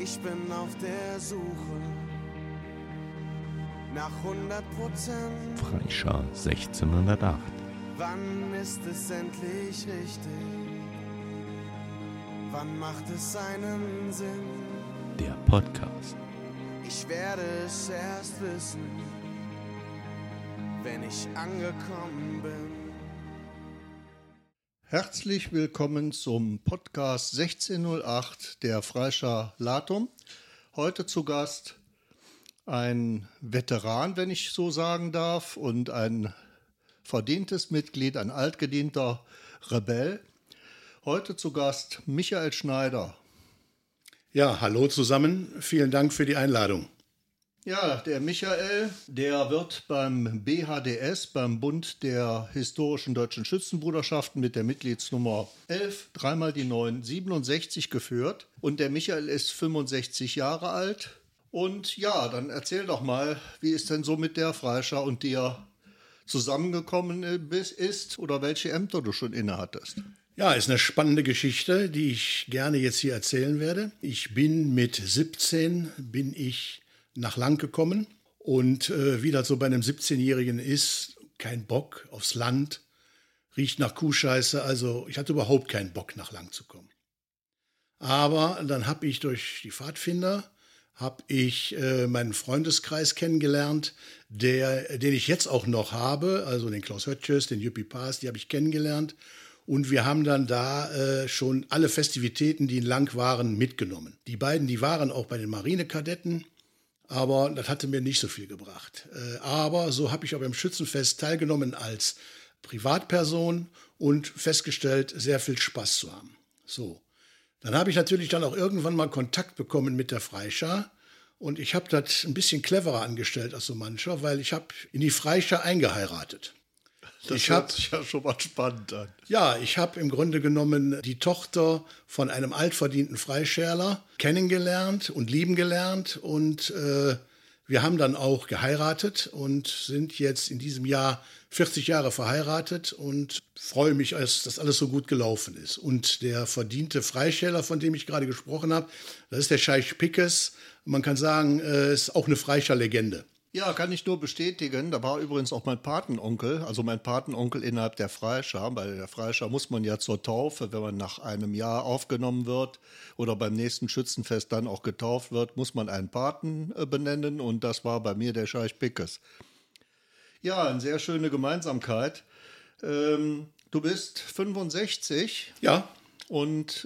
Ich bin auf der Suche nach 100%. Freischar 1608. Wann ist es endlich richtig? Wann macht es einen Sinn? Der Podcast. Ich werde es erst wissen, wenn ich angekommen bin. Herzlich willkommen zum Podcast 1608 der Freischar Latum. Heute zu Gast ein Veteran, wenn ich so sagen darf, und ein verdientes Mitglied, ein altgedienter Rebell. Heute zu Gast Michael Schneider. Ja, hallo zusammen. Vielen Dank für die Einladung. Ja, der Michael, der wird beim BHDS, beim Bund der historischen deutschen Schützenbruderschaften mit der Mitgliedsnummer 11, 3x9, 67 geführt. Und der Michael ist 65 Jahre alt. Und ja, dann erzähl doch mal, wie es denn so mit der Freischar und dir zusammengekommen ist oder welche Ämter du schon innehattest. Ja, ist eine spannende Geschichte, die ich gerne jetzt hier erzählen werde. Ich bin mit 17 nach Lang gekommen und wie das so bei einem 17-Jährigen ist, kein Bock aufs Land, riecht nach Kuhscheiße, also ich hatte überhaupt keinen Bock nach Lang zu kommen. Aber dann habe ich durch die Pfadfinder meinen Freundeskreis kennengelernt, den ich jetzt auch noch habe, also den Klaus Höttges, den Jüppi Paas, die habe ich kennengelernt. Und wir haben dann da schon alle Festivitäten, die in Lang waren, mitgenommen. Die beiden, die waren auch bei den Marinekadetten, aber das hatte mir nicht so viel gebracht. Aber so habe ich auch beim Schützenfest teilgenommen als Privatperson und festgestellt, sehr viel Spaß zu haben. So, dann habe ich natürlich dann auch irgendwann mal Kontakt bekommen mit der Freischar. Und ich habe das ein bisschen cleverer angestellt als so mancher, weil ich habe in die Freischar eingeheiratet. Das hört sich ja schon mal spannend an. Ja, ich habe im Grunde genommen die Tochter von einem altverdienten Freischärler kennengelernt und lieben gelernt. Und wir haben dann auch geheiratet und sind jetzt in diesem Jahr 40 Jahre verheiratet und freue mich, dass das alles so gut gelaufen ist. Und der verdiente Freischärler, von dem ich gerade gesprochen habe, das ist der Scheich Pickes. Man kann sagen, ist auch eine Freischar-Legende. Ja, kann ich nur bestätigen. Da war übrigens auch mein Patenonkel, also mein Patenonkel innerhalb der Freischar. Bei der Freischar muss man ja zur Taufe, wenn man nach einem Jahr aufgenommen wird oder beim nächsten Schützenfest dann auch getauft wird, muss man einen Paten benennen, und das war bei mir der Scheich Pickes. Ja, eine sehr schöne Gemeinsamkeit. Du bist 65. Ja. Und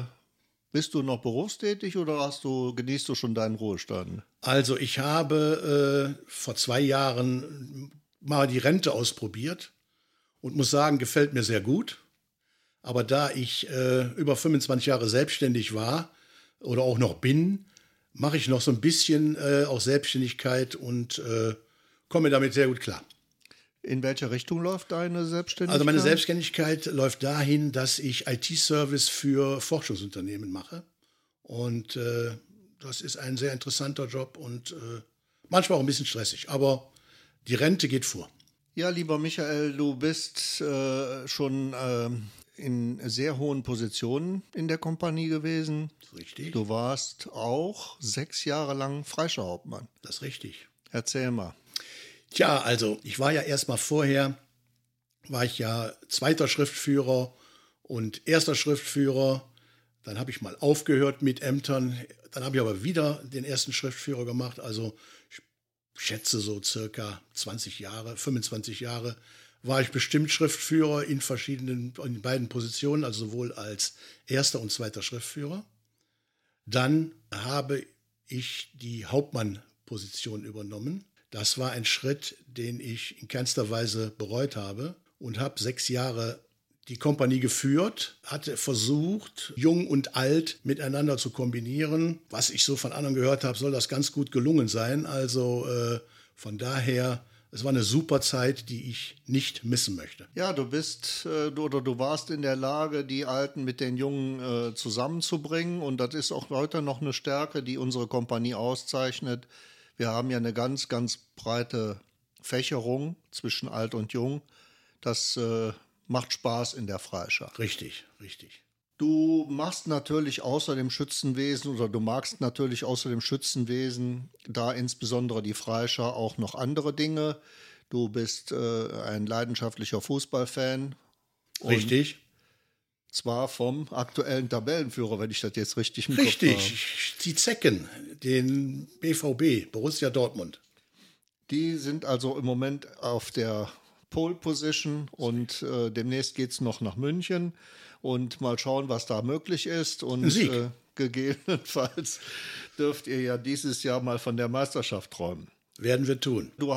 bist du noch berufstätig oder genießt du schon deinen Ruhestand? Also ich habe vor 2 Jahren mal die Rente ausprobiert und muss sagen, gefällt mir sehr gut. Aber da ich über 25 Jahre selbstständig war oder auch noch bin, mache ich noch so ein bisschen auch Selbstständigkeit und komme damit sehr gut klar. In welche Richtung läuft deine Selbstständigkeit? Also meine Selbstständigkeit läuft dahin, dass ich IT-Service für Forschungsunternehmen mache. Und das ist ein sehr interessanter Job und manchmal auch ein bisschen stressig. Aber die Rente geht vor. Ja, lieber Michael, du bist schon in sehr hohen Positionen in der Kompanie gewesen. Das ist richtig. Du warst auch 6 Jahre lang Freischarhauptmann. Das ist richtig. Erzähl mal. Tja, also ich war ja erstmal vorher, war ich ja 2. Schriftführer und 1. Schriftführer. Dann habe ich mal aufgehört mit Ämtern. Dann habe ich aber wieder den 1. Schriftführer gemacht. Also ich schätze so circa 20 Jahre, 25 Jahre war ich bestimmt Schriftführer in beiden Positionen, also sowohl als 1. und 2. Schriftführer. Dann habe ich die Hauptmannposition übernommen. Das war ein Schritt, den ich in keinster Weise bereut habe und habe 6 Jahre die Kompanie geführt, hatte versucht, jung und alt miteinander zu kombinieren. Was ich so von anderen gehört habe, soll das ganz gut gelungen sein. Also von daher, es war eine super Zeit, die ich nicht missen möchte. Ja, du warst in der Lage, die Alten mit den Jungen zusammenzubringen, und das ist auch heute noch eine Stärke, die unsere Kompanie auszeichnet. Wir haben ja eine ganz, ganz breite Fächerung zwischen alt und jung. Das macht Spaß in der Freischar. Richtig, richtig. Du machst natürlich außer dem Schützenwesen oder du magst natürlich außer dem Schützenwesen, da insbesondere die Freischar, auch noch andere Dinge. Du bist ein leidenschaftlicher Fußballfan. Richtig. Zwar vom aktuellen Tabellenführer, wenn ich das jetzt richtig im Kopf habe. Richtig, die Zecken, den BVB, Borussia Dortmund. Die sind also im Moment auf der Pole Position und demnächst geht es noch nach München und mal schauen, was da möglich ist. Und Sieg. Gegebenenfalls dürft ihr ja dieses Jahr mal von der Meisterschaft träumen. Werden wir tun. Du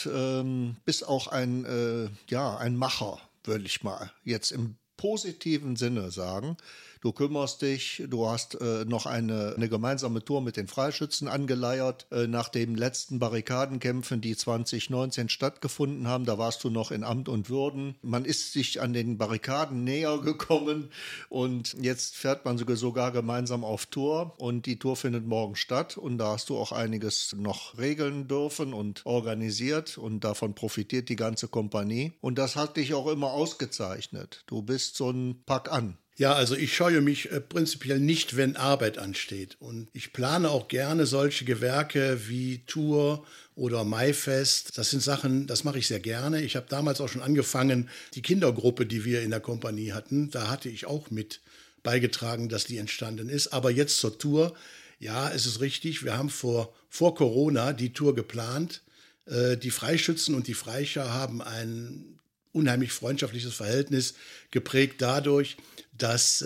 bist auch ein Macher, würde ich mal jetzt im positiven Sinne sagen. Du kümmerst dich, du hast noch eine gemeinsame Tour mit den Freischützen angeleiert. Nach den letzten Barrikadenkämpfen, die 2019 stattgefunden haben, da warst du noch in Amt und Würden. Man ist sich an den Barrikaden näher gekommen und jetzt fährt man sogar gemeinsam auf Tour und die Tour findet morgen statt und da hast du auch einiges noch regeln dürfen und organisiert und davon profitiert die ganze Kompanie. Und das hat dich auch immer ausgezeichnet. Du bist so ein Pack an. Ja, also ich scheue mich prinzipiell nicht, wenn Arbeit ansteht. Und ich plane auch gerne solche Gewerke wie Tour oder Maifest. Das sind Sachen, das mache ich sehr gerne. Ich habe damals auch schon angefangen, die Kindergruppe, die wir in der Kompanie hatten, da hatte ich auch mit beigetragen, dass die entstanden ist. Aber jetzt zur Tour. Ja, es ist richtig, wir haben vor Corona die Tour geplant. Die Freischützen und die Freischar haben ein unheimlich freundschaftliches Verhältnis, geprägt dadurch, dass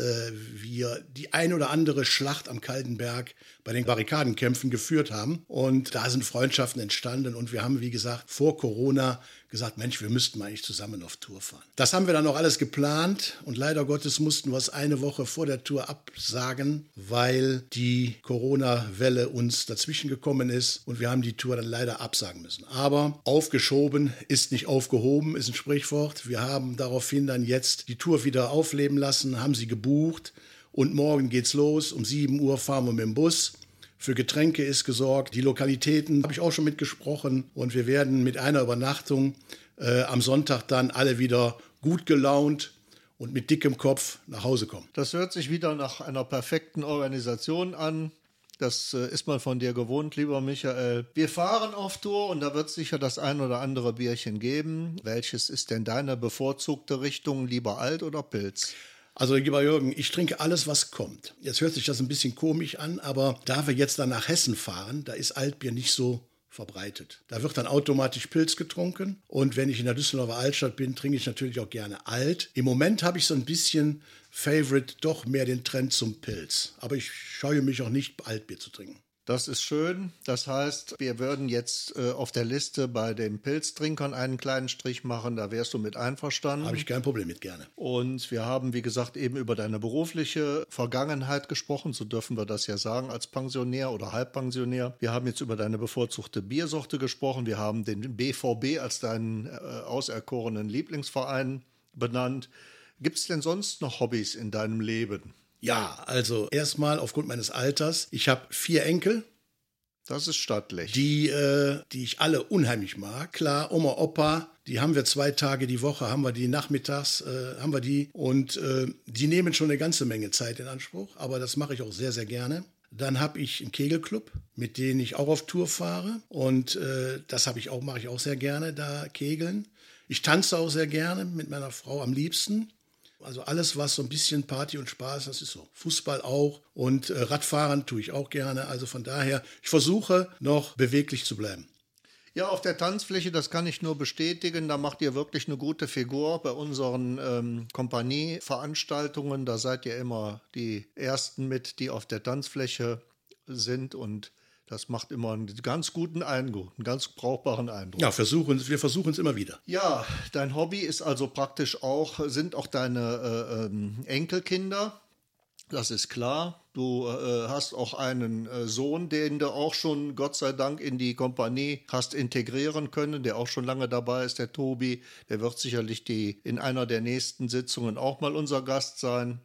wir die ein oder andere Schlacht am Kaltenberg bei den Barrikadenkämpfen geführt haben. Und da sind Freundschaften entstanden. Und wir haben, wie gesagt, vor Corona gesagt, Mensch, wir müssten mal eigentlich zusammen auf Tour fahren. Das haben wir dann auch alles geplant. Und leider Gottes mussten wir es eine Woche vor der Tour absagen, weil die Corona-Welle uns dazwischen gekommen ist. Und wir haben die Tour dann leider absagen müssen. Aber aufgeschoben ist nicht aufgehoben, ist ein Sprichwort. Wir haben daraufhin dann jetzt die Tour wieder aufleben lassen, haben sie gebucht. Und morgen geht's los. Um 7 Uhr fahren wir mit dem Bus. Für Getränke ist gesorgt. Die Lokalitäten habe ich auch schon mitgesprochen. Und wir werden mit einer Übernachtung am Sonntag dann alle wieder gut gelaunt und mit dickem Kopf nach Hause kommen. Das hört sich wieder nach einer perfekten Organisation an. Das ist man von dir gewohnt, lieber Michael. Wir fahren auf Tour und da wird es sicher das ein oder andere Bierchen geben. Welches ist denn deine bevorzugte Richtung? Lieber Alt oder Pilz? Also, lieber Jürgen, ich trinke alles, was kommt. Jetzt hört sich das ein bisschen komisch an, aber da wir jetzt dann nach Hessen fahren, da ist Altbier nicht so verbreitet. Da wird dann automatisch Pilz getrunken und wenn ich in der Düsseldorfer Altstadt bin, trinke ich natürlich auch gerne Alt. Im Moment habe ich so ein bisschen Favorite, doch mehr den Trend zum Pilz. Aber ich scheue mich auch nicht, Altbier zu trinken. Das ist schön. Das heißt, wir würden jetzt auf der Liste bei den Pilztrinkern einen kleinen Strich machen. Da wärst du mit einverstanden. Habe ich kein Problem mit, gerne. Und wir haben, wie gesagt, eben über deine berufliche Vergangenheit gesprochen. So dürfen wir das ja sagen als Pensionär oder Halbpensionär. Wir haben jetzt über deine bevorzugte Biersorte gesprochen. Wir haben den BVB als deinen auserkorenen Lieblingsverein benannt. Gibt es denn sonst noch Hobbys in deinem Leben? Ja, also erstmal aufgrund meines Alters. Ich habe 4 Enkel. Das ist stattlich. Die ich alle unheimlich mag. Klar, Oma, Opa, die haben wir 2 Tage die Woche, haben wir die nachmittags, haben wir die. Und die nehmen schon eine ganze Menge Zeit in Anspruch. Aber das mache ich auch sehr, sehr gerne. Dann habe ich einen Kegelclub, mit dem ich auch auf Tour fahre. Und das mache ich auch sehr gerne, da kegeln. Ich tanze auch sehr gerne mit meiner Frau am liebsten. Also alles, was so ein bisschen Party und Spaß, das ist so. Fußball auch und Radfahren tue ich auch gerne. Also von daher, ich versuche noch beweglich zu bleiben. Ja, auf der Tanzfläche, das kann ich nur bestätigen, da macht ihr wirklich eine gute Figur bei unseren Kompanieveranstaltungen. Da seid ihr immer die Ersten mit, die auf der Tanzfläche sind und das macht immer einen ganz guten Eindruck, einen ganz brauchbaren Eindruck. Ja, wir versuchen es immer wieder. Ja, dein Hobby ist also praktisch sind auch deine Enkelkinder. Das ist klar. Du hast auch einen Sohn, den du auch schon, Gott sei Dank, in die Kompanie hast integrieren können, der auch schon lange dabei ist, der Tobi. Der wird sicherlich in einer der nächsten Sitzungen auch mal unser Gast sein.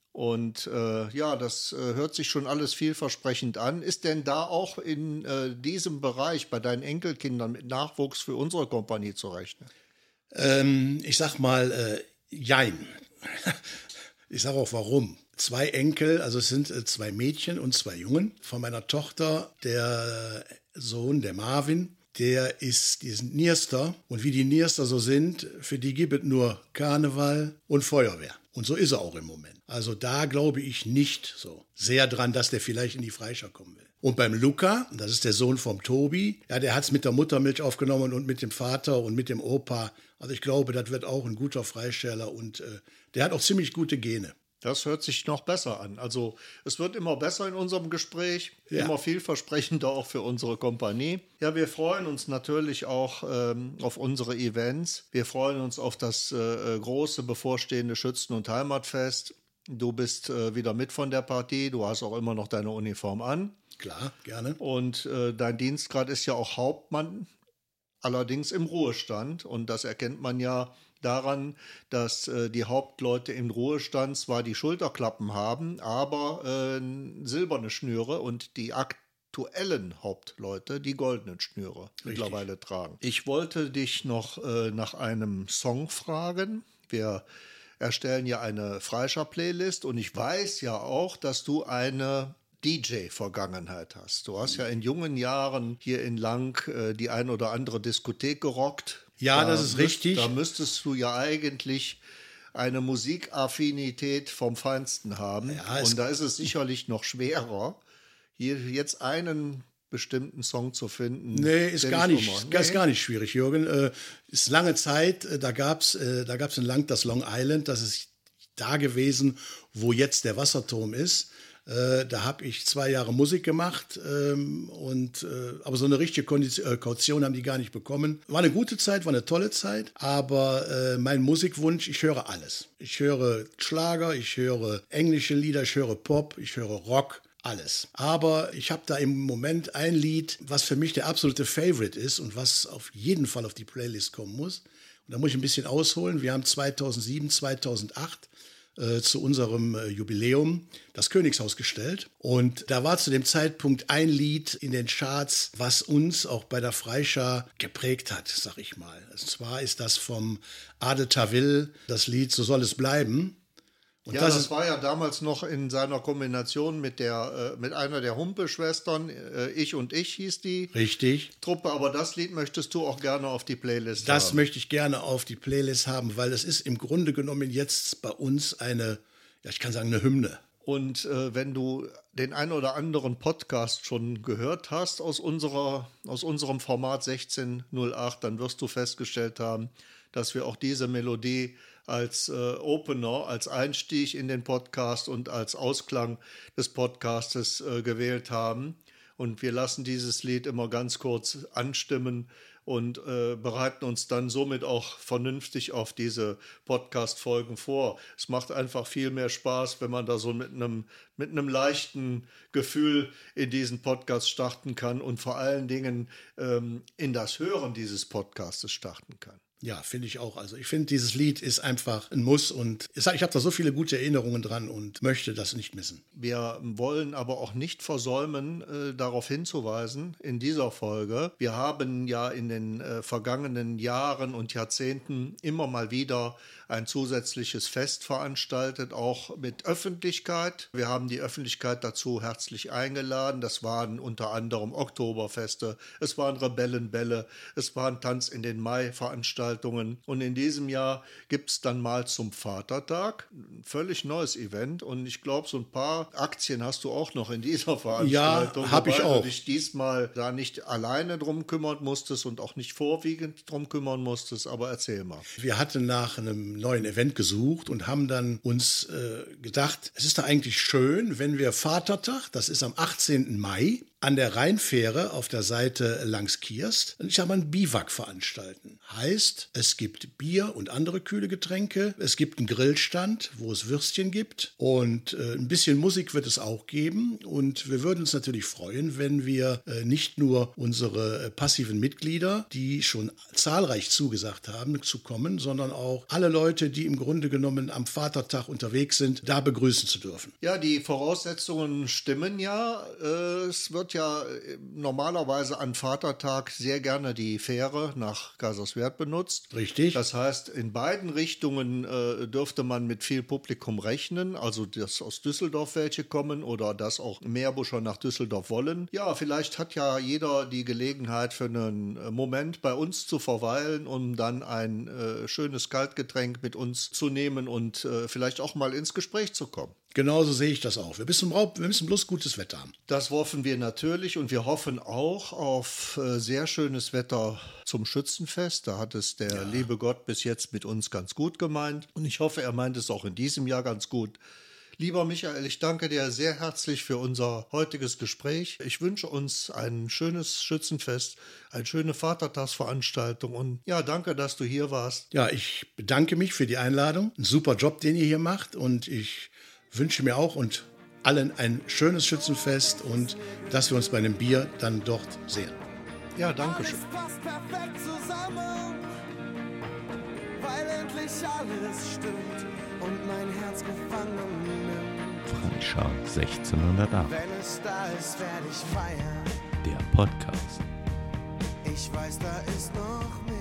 Und das hört sich schon alles vielversprechend an. Ist denn da auch in diesem Bereich bei deinen Enkelkindern mit Nachwuchs für unsere Kompanie zu rechnen? Ich sag mal, jein. Ich sage auch warum. 2 Enkel, also es sind 2 Mädchen und 2 Jungen. Von meiner Tochter, der Sohn, der Marvin, die sind Nierster. Und wie die Nierster so sind, für die gibt es nur Karneval und Feuerwehr. Und so ist er auch im Moment. Also da glaube ich nicht so sehr dran, dass der vielleicht in die Freischar kommen will. Und beim Luca, das ist der Sohn vom Tobi, ja, der hat es mit der Muttermilch aufgenommen und mit dem Vater und mit dem Opa. Also ich glaube, das wird auch ein guter Freischärler und der hat auch ziemlich gute Gene. Das hört sich noch besser an. Also es wird immer besser in unserem Gespräch, immer vielversprechender auch für unsere Kompanie. Ja, wir freuen uns natürlich auch auf unsere Events. Wir freuen uns auf das große bevorstehende Schützen- und Heimatfest. Du bist wieder mit von der Partie, du hast auch immer noch deine Uniform an. Klar, gerne. Und dein Dienstgrad ist ja auch Hauptmann, allerdings im Ruhestand. Und das erkennt man ja daran, dass die Hauptleute im Ruhestand zwar die Schulterklappen haben, aber silberne Schnüre und die aktuellen Hauptleute die goldenen Schnüre mittlerweile tragen. Ich wollte dich noch nach einem Song fragen. Wir erstellen ja eine Freischar-Playlist und ich weiß ja auch, dass du eine DJ-Vergangenheit hast. Du hast ja in jungen Jahren hier in Lang die ein oder andere Diskothek gerockt. Ja, das ist richtig. Da müsstest du ja eigentlich eine Musikaffinität vom Feinsten haben. Ja, und da ist es sicherlich noch schwerer, hier jetzt einen bestimmten Song zu finden. Nee, ist gar nicht schwierig, Jürgen. Ist lange Zeit, da gab's in Lang das Long Island, das ist da gewesen, wo jetzt der Wasserturm ist. Da habe ich 2 Jahre Musik gemacht, aber so eine richtige Kaution haben die gar nicht bekommen. War eine gute Zeit, war eine tolle Zeit, aber mein Musikwunsch, ich höre alles. Ich höre Schlager, ich höre englische Lieder, ich höre Pop, ich höre Rock, alles. Aber ich habe da im Moment ein Lied, was für mich der absolute Favorite ist und was auf jeden Fall auf die Playlist kommen muss. Und da muss ich ein bisschen ausholen. Wir haben 2007, 2008 zu unserem Jubiläum das Königshaus gestellt. Und da war zu dem Zeitpunkt ein Lied in den Charts, was uns auch bei der Freischar geprägt hat, sag ich mal. Und zwar ist das vom Adel Tawil, das Lied So soll es bleiben. Und ja, das war ja damals noch in seiner Kombination mit einer der Humpe-Schwestern. Ich und ich hieß die richtig. Truppe, aber das Lied möchtest du auch gerne auf die Playlist haben. Das möchte ich gerne auf die Playlist haben, weil es ist im Grunde genommen jetzt bei uns eine Hymne. Und wenn du den ein oder anderen Podcast schon gehört hast aus unserem Format 1608, dann wirst du festgestellt haben, dass wir auch diese Melodie als Opener, als Einstieg in den Podcast und als Ausklang des Podcastes gewählt haben. Und wir lassen dieses Lied immer ganz kurz anstimmen und bereiten uns dann somit auch vernünftig auf diese Podcast-Folgen vor. Es macht einfach viel mehr Spaß, wenn man da so mit einem leichten Gefühl in diesen Podcast starten kann und vor allen Dingen in das Hören dieses Podcastes starten kann. Ja, finde ich auch. Also ich finde, dieses Lied ist einfach ein Muss und ich habe da so viele gute Erinnerungen dran und möchte das nicht missen. Wir wollen aber auch nicht versäumen, darauf hinzuweisen in dieser Folge. Wir haben ja in den vergangenen Jahren und Jahrzehnten immer mal wieder ein zusätzliches Fest veranstaltet, auch mit Öffentlichkeit. Wir haben die Öffentlichkeit dazu herzlich eingeladen. Das waren unter anderem Oktoberfeste, es waren Rebellenbälle, es waren Tanz in den Mai-Veranstaltungen. Und in diesem Jahr gibt es dann mal zum Vatertag ein völlig neues Event. Und ich glaube, so ein paar Aktien hast du auch noch in dieser Veranstaltung. Ja, habe ich auch. Weil du dich diesmal da nicht alleine drum kümmern musstest und auch nicht vorwiegend drum kümmern musstest. Aber erzähl mal. Wir hatten nach einem neuen Event gesucht und haben dann uns gedacht, es ist da eigentlich schön, wenn wir Vatertag, das ist am 18. Mai, an der Rheinfähre auf der Seite Langskirst, ich sag mal, ein Biwak veranstalten. Heißt, es gibt Bier und andere kühle Getränke, es gibt einen Grillstand, wo es Würstchen gibt und ein bisschen Musik wird es auch geben und wir würden uns natürlich freuen, wenn wir nicht nur unsere passiven Mitglieder, die schon zahlreich zugesagt haben, zu kommen, sondern auch alle Leute, die im Grunde genommen am Vatertag unterwegs sind, da begrüßen zu dürfen. Ja, die Voraussetzungen stimmen ja. Es wird wird ja normalerweise an Vatertag sehr gerne die Fähre nach Kaiserswerth benutzt. Richtig. Das heißt, in beiden Richtungen dürfte man mit viel Publikum rechnen, also dass aus Düsseldorf welche kommen oder dass auch Meerbuscher nach Düsseldorf wollen. Ja, vielleicht hat ja jeder die Gelegenheit für einen Moment bei uns zu verweilen, um dann ein schönes Kaltgetränk mit uns zu nehmen und vielleicht auch mal ins Gespräch zu kommen. Genauso sehe ich das auch. Wir müssen bloß gutes Wetter haben. Das hoffen wir natürlich und wir hoffen auch auf sehr schönes Wetter zum Schützenfest. Da hat es der liebe Gott bis jetzt mit uns ganz gut gemeint und ich hoffe, er meint es auch in diesem Jahr ganz gut. Lieber Michael, ich danke dir sehr herzlich für unser heutiges Gespräch. Ich wünsche uns ein schönes Schützenfest, eine schöne Vatertagsveranstaltung und ja, danke, dass du hier warst. Ja, ich bedanke mich für die Einladung. Ein super Job, den ihr hier macht und ich wünsche mir auch und allen ein schönes Schützenfest und dass wir uns bei einem Bier dann dort sehen. Ja, danke schön. Alles passt perfekt zusammen, weil endlich alles stimmt und mein Herz gefangen nimmt. Franscha 1608. Wenn es da ist, werde ich feiern. Der Podcast. Ich weiß, da ist noch mehr.